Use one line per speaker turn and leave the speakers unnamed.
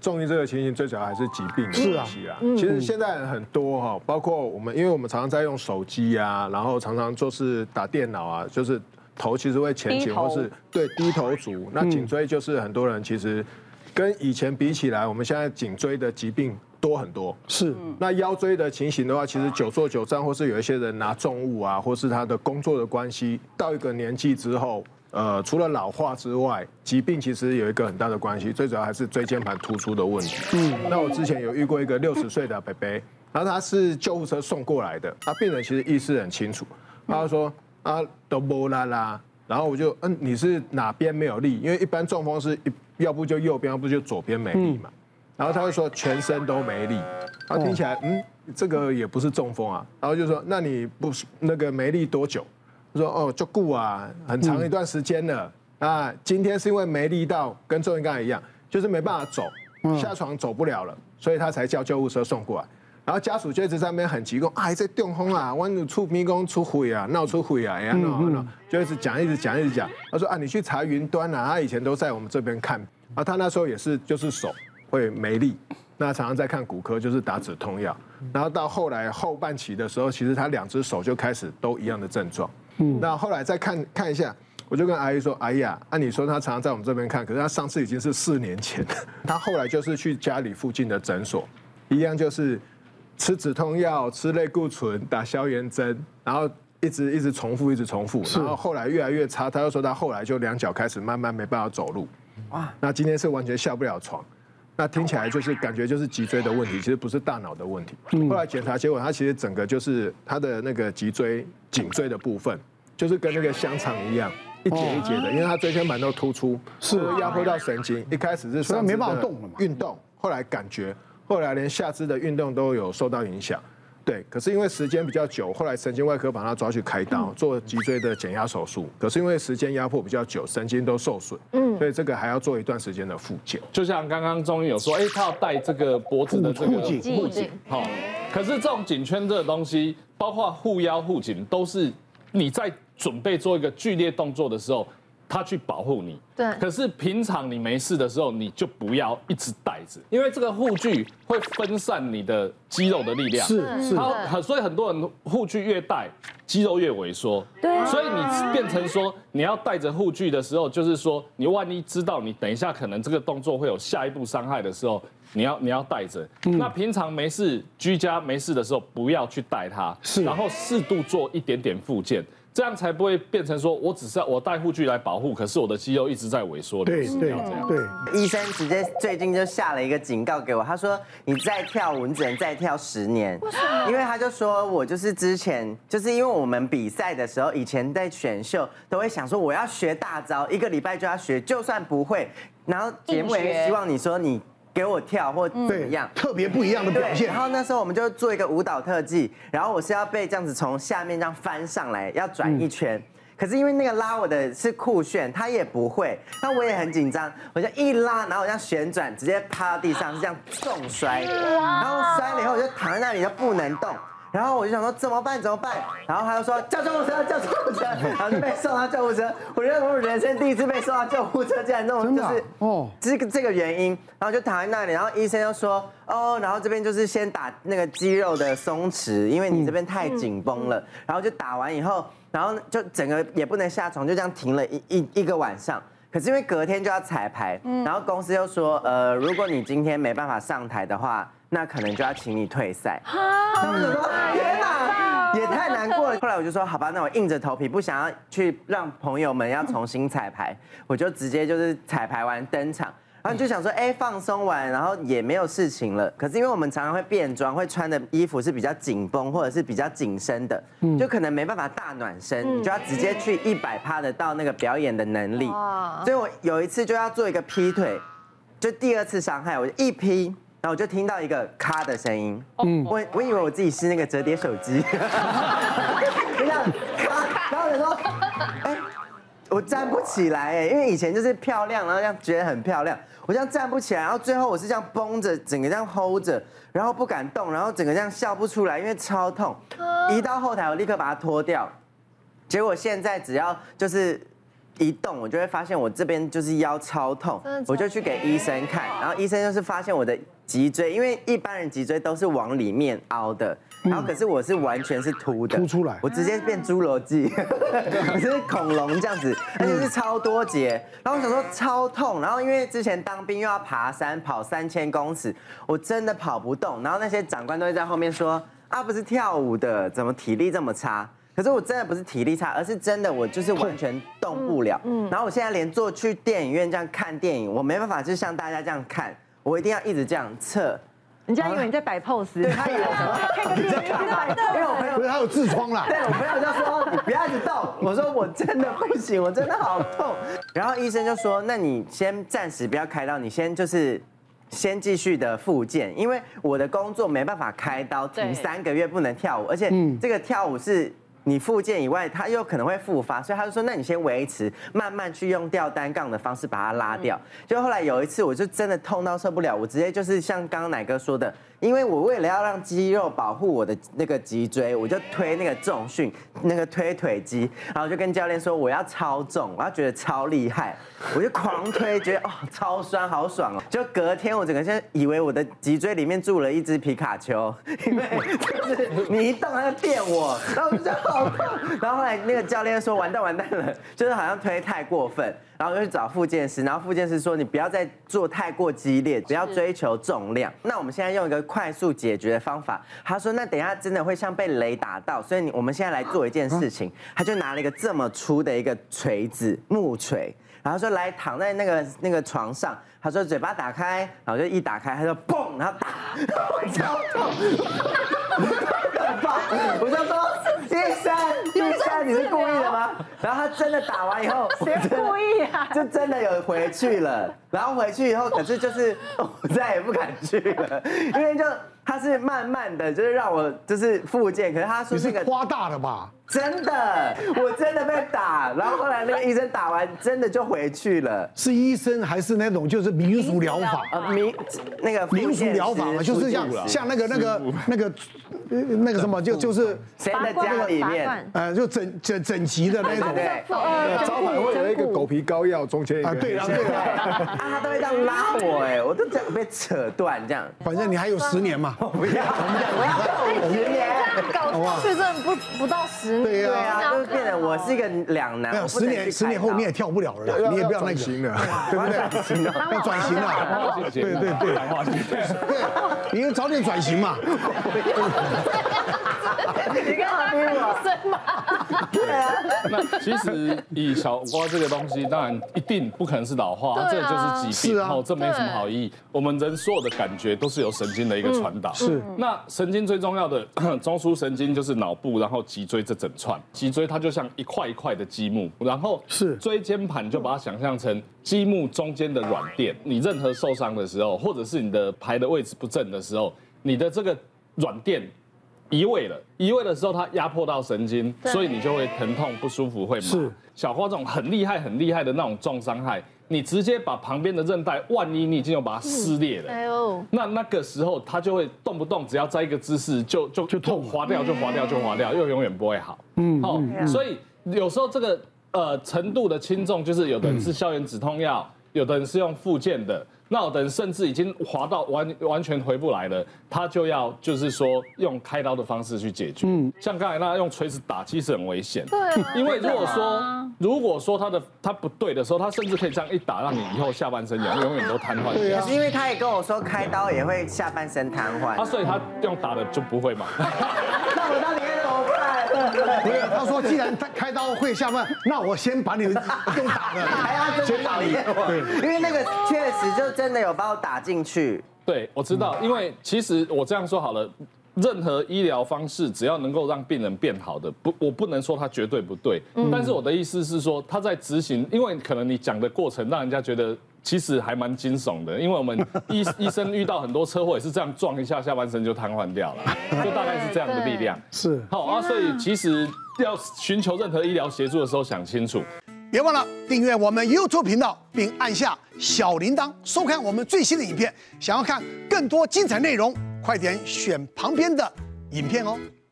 重于这个情形最主要还是疾病的关系啦。其实现在很多哈，包括我们，因为我们常常在用手机啊，然后常常就是打电脑啊，就是头其实会前倾或是对低头族。那颈椎就是很多人其实跟以前比起来，我们现在颈椎的疾病多很多。是。那腰椎的情形的话，其实久坐久站，或是有一些人拿重物啊，或是他的工作的关系，到一个年纪之后。除了老化之外，疾病其实有一个很大的关系，最主要还是椎间盘突出的问题。那我之前有遇过一个60岁的伯伯，然后他是救护车送过来的，病人其实意识很清楚，他就说都没啦，然后我就你是哪边没有力？因为一般中风是要不就右边，要不就左边没力嘛。然后他就说全身都没力，然后听起来这个也不是中风啊，然后就说那你不那个没力多久？说就顾啊，很长一段时间了。今天是因为没力到，跟周云刚才一样，就是没办法走，下床走不了了，所以他才叫救护车送过来。然后家属就一直在那边很急，说这中风啊，我出迷宫出血啊，闹出血啊，就一直讲。他说你去查云端啊，他以前都在我们这边看，他那时候也是就是手会没力，那常常在看骨科，就是打止痛药。然后到后来后半期的时候，其实他2只手就开始都一样的症状。那后来再看一下，我就跟阿姨说：“阿姨啊，你说他常常在我们这边看，可是他上次已经是4年前了。他后来就是去家里附近的诊所，一样就是吃止痛药、吃类固醇、打消炎针，然后一直重复，然后后来越来越差。他又说他后来就2脚开始慢慢没办法走路。哇！那今天是完全下不了床。那听起来就是感觉就是脊椎的问题，其实不是大脑的问题。后来检查结果，他其实整个就是他的那个脊椎的部分，就是跟那个香肠一样，一节一节的，因为他椎间盘都突出，是压迫到神经。一开始是上肢的运动，后来感觉，后来连下肢的运动都有受到影响。对，可是因为时间比较久，后来神经外科把他抓去开刀做脊椎的减压手术。可是因为时间压迫比较久，神经都受损，所以这个还要做一段时间的复健。
就像刚刚钟宇有说，他要戴这个脖子的这个护颈，可是这种颈圈这个东西，包括护腰、护颈，都是你在准备做一个剧烈动作的时候，它去保护你。对。可是平常你没事的时候，你就不要一直戴着，因为这个护具会分散你的肌肉的力量。是。所以很多人护具越戴，肌肉越萎缩。对。所以你变成说，你要戴着护具的时候，就是说，你万一知道你等一下可能这个动作会有下一步伤害的时候，你要戴着。那平常没事居家没事的时候，不要去戴它。是。然后适度做一点点复健。这样才不会变成说我只是我戴护具来保护，可是我的肌肉一直在萎缩。对，
医生直接最近就下了一个警告给我，他说你再跳舞，你只能再跳10年。为什么？因为他就说我就是之前就是因为我们比赛的时候，以前在选秀都会想说我要学大招，1个礼拜就要学，就算不会，然后节目也希望你说你。给我跳或怎么样，
特别不一样的表现。
然后那时候我们就做一个舞蹈特技，然后我是要被这样子从下面这样翻上来，要转一圈。可是因为那个拉我的是酷炫，他也不会，那我也很紧张，我就一拉，然后我这样旋转，直接趴到地上，是这样重摔，然后摔了以后我就躺在那里就不能动。然后我就想说怎么办？然后他就说叫救护车，然后就被送到救护车。我觉得我人生第一次被送到救护车，竟然这种就是这个原因。然后就躺在那里，然后医生就说然后这边就是先打那个肌肉的松弛，因为你这边太紧绷了。然后就打完以后，然后就整个也不能下床，就这样停了一个晚上。可是因为隔天就要彩排，然后公司又说如果你今天没办法上台的话。那可能就要请你退赛。他们就说：“天哪，也太难过了。”后来我就说：“好吧，那我硬着头皮，不想要去让朋友们要重新彩排，我就直接就是彩排完登场。然后就想说，放松完，然后也没有事情了。可是因为我们常常会变装，会穿的衣服是比较紧绷或者是比较紧身的，就可能没办法大暖身，你就要直接去100%的到那个表演的能力。所以我有一次就要做一个劈腿，就第2次伤害，我就一劈。然后我就听到一个咔的声音，我以为我自己是那个折叠手机，就这样咔，然后我说，我站不起来因为以前就是漂亮，然后这样觉得很漂亮，我这样站不起来，然后最后我是这样绷着，整个这样 hold 着，然后不敢动，然后整个这样笑不出来，因为超痛，移到后台我立刻把它脱掉，结果现在只要就是一动，我就会发现我这边就是腰超痛，我就去给医生看，然后医生就是发现我的脊椎，因为一般人脊椎都是往里面凹的，然后可是我是完全是凸的，
凸出来，
我直接变侏罗纪，我是恐龙这样子，而且是超多节，然后我想说超痛，然后因为之前当兵又要爬山跑3000公尺，我真的跑不动，然后那些长官都会在后面说啊，不是跳舞的，怎么体力这么差？可是我真的不是体力差，而是真的我就是完全动不了。然后我现在连去电影院这样看电影，我没办法就像大家这样看，我一定要一直这样侧。
人家以为你在摆 pose，
对他以为看个电影，因为我朋友
不是他有痔疮啦。
对我朋友就说你不要一直动，我说我真的不行，我真的好痛。然后医生就说，那你先暂时不要开刀，你先继续的复健，因为我的工作没办法开刀，停3个月不能跳舞，而且这个跳舞是你复健以外，它又可能会复发，所以他就说，那你先维持，慢慢去用吊单杠的方式把它拉掉。就后来有一次，我就真的痛到受不了，我直接就是像刚刚乃哥说的，因为我为了要让肌肉保护我的那个脊椎，我就推那个重训，那个推腿肌，然后就跟教练说我要超重，我要觉得超厉害，我就狂推，觉得哦超酸好爽哦。就隔天我整个现在以为我的脊椎里面住了一只皮卡丘，因为就是你一动它就电我，然后我就觉得好痛。然后后来那个教练说完蛋了，就是好像推太过分。然后就去找复健师，然后复健师说你不要再做太过激烈，不要追求重量。那我们现在用一个快速解决的方法。他说那等一下真的会像被雷打到，所以我们现在来做一件事情。他就拿了一个这么粗的一个锤子，木锤，然后说来躺在那个床上。他说嘴巴打开，然后就一打开，他就嘣，然后打，我超痛。我就说医生，你是故意的吗？然后他真的打完以后，
谁故意啊？
就真的有回去了。然后回去以后，可是就是我再也不敢去了，因为就他是慢慢的，就是让我就是复健。可是他说
你是夸大了吧？
真的，我真的被打，然后后来那个医生打完，真的就回去了。
是医生还是那种就是民俗疗法？
民
俗疗法嘛，就是像那个什么，就是
谁的家里面，
就整齐的那种。
对，
招牌会有一个狗皮膏药，中间一个。
对啊，
他都会这样拉我，我都这样被扯断这样。
反正你还有10年嘛。
不要，我要10年。
搞下去真的不到10年。
对啊，就是变成我是一个两难。
没有10年后你也跳不了了，你也不要那个，对不对？要转型了。对，你要早点转型嘛。
你跟他逼我吗？
对啊。
那其实以小瓜这个东西，当然一定不可能是老化，这就是疾病，这没什么好意义。我们人所有的感觉都是由神经的一个传导。
是。
那神经最重要的中枢神经就是脑部，然后脊椎这整串，脊椎它就像一块一块的积木，然后
是
椎间盘就把它想象成积木中间的软垫。你任何受伤的时候，或者是你的排的位置不正的时候，你的这个软垫移位的时候，它压迫到神经，所以你就会疼痛不舒服，会麻。
是
小花这种很厉害的那种重伤害，你直接把旁边的韧带，万一你已经有把它撕裂了，哎呦，那个时候它就会动不动只要在一个姿势就痛，滑掉，又永远不会好。所以有时候这个程度的轻重，就是有的人是消炎止痛药，有的人是用复健的。那有的人甚至已经滑到完全回不来了，他就要就是说用开刀的方式去解决。像刚才那用锤子打，其实很危险。
对，
因为如果说他不对的时候，他甚至可以这样一打，让你以后下半身永远都瘫痪。
对啊，因为他也跟我说开刀也会下半身瘫痪。
所以他用打的就不会嘛。
那我到底该怎么办？
他说既然开刀会下半，那我先把你用打的，
还要先讨厌我。对，因为那个确实就真的有把我打进去。
对，我知道，因为其实我这样说好了。任何医疗方式只要能够让病人变好的，我不能说它绝对不对，但是我的意思是说，他在执行，因为可能你讲的过程让人家觉得其实还蛮惊悚的，因为我们医生遇到很多车祸也是这样撞一下，下半身就瘫痪掉了，就大概是这样的力量。
是
好所以其实要寻求任何医疗协助的时候，想清楚。
别忘了订阅我们 YouTube 频道，并按下小铃铛，收看我们最新的影片。想要看更多精彩内容，快点选旁边的影片哦。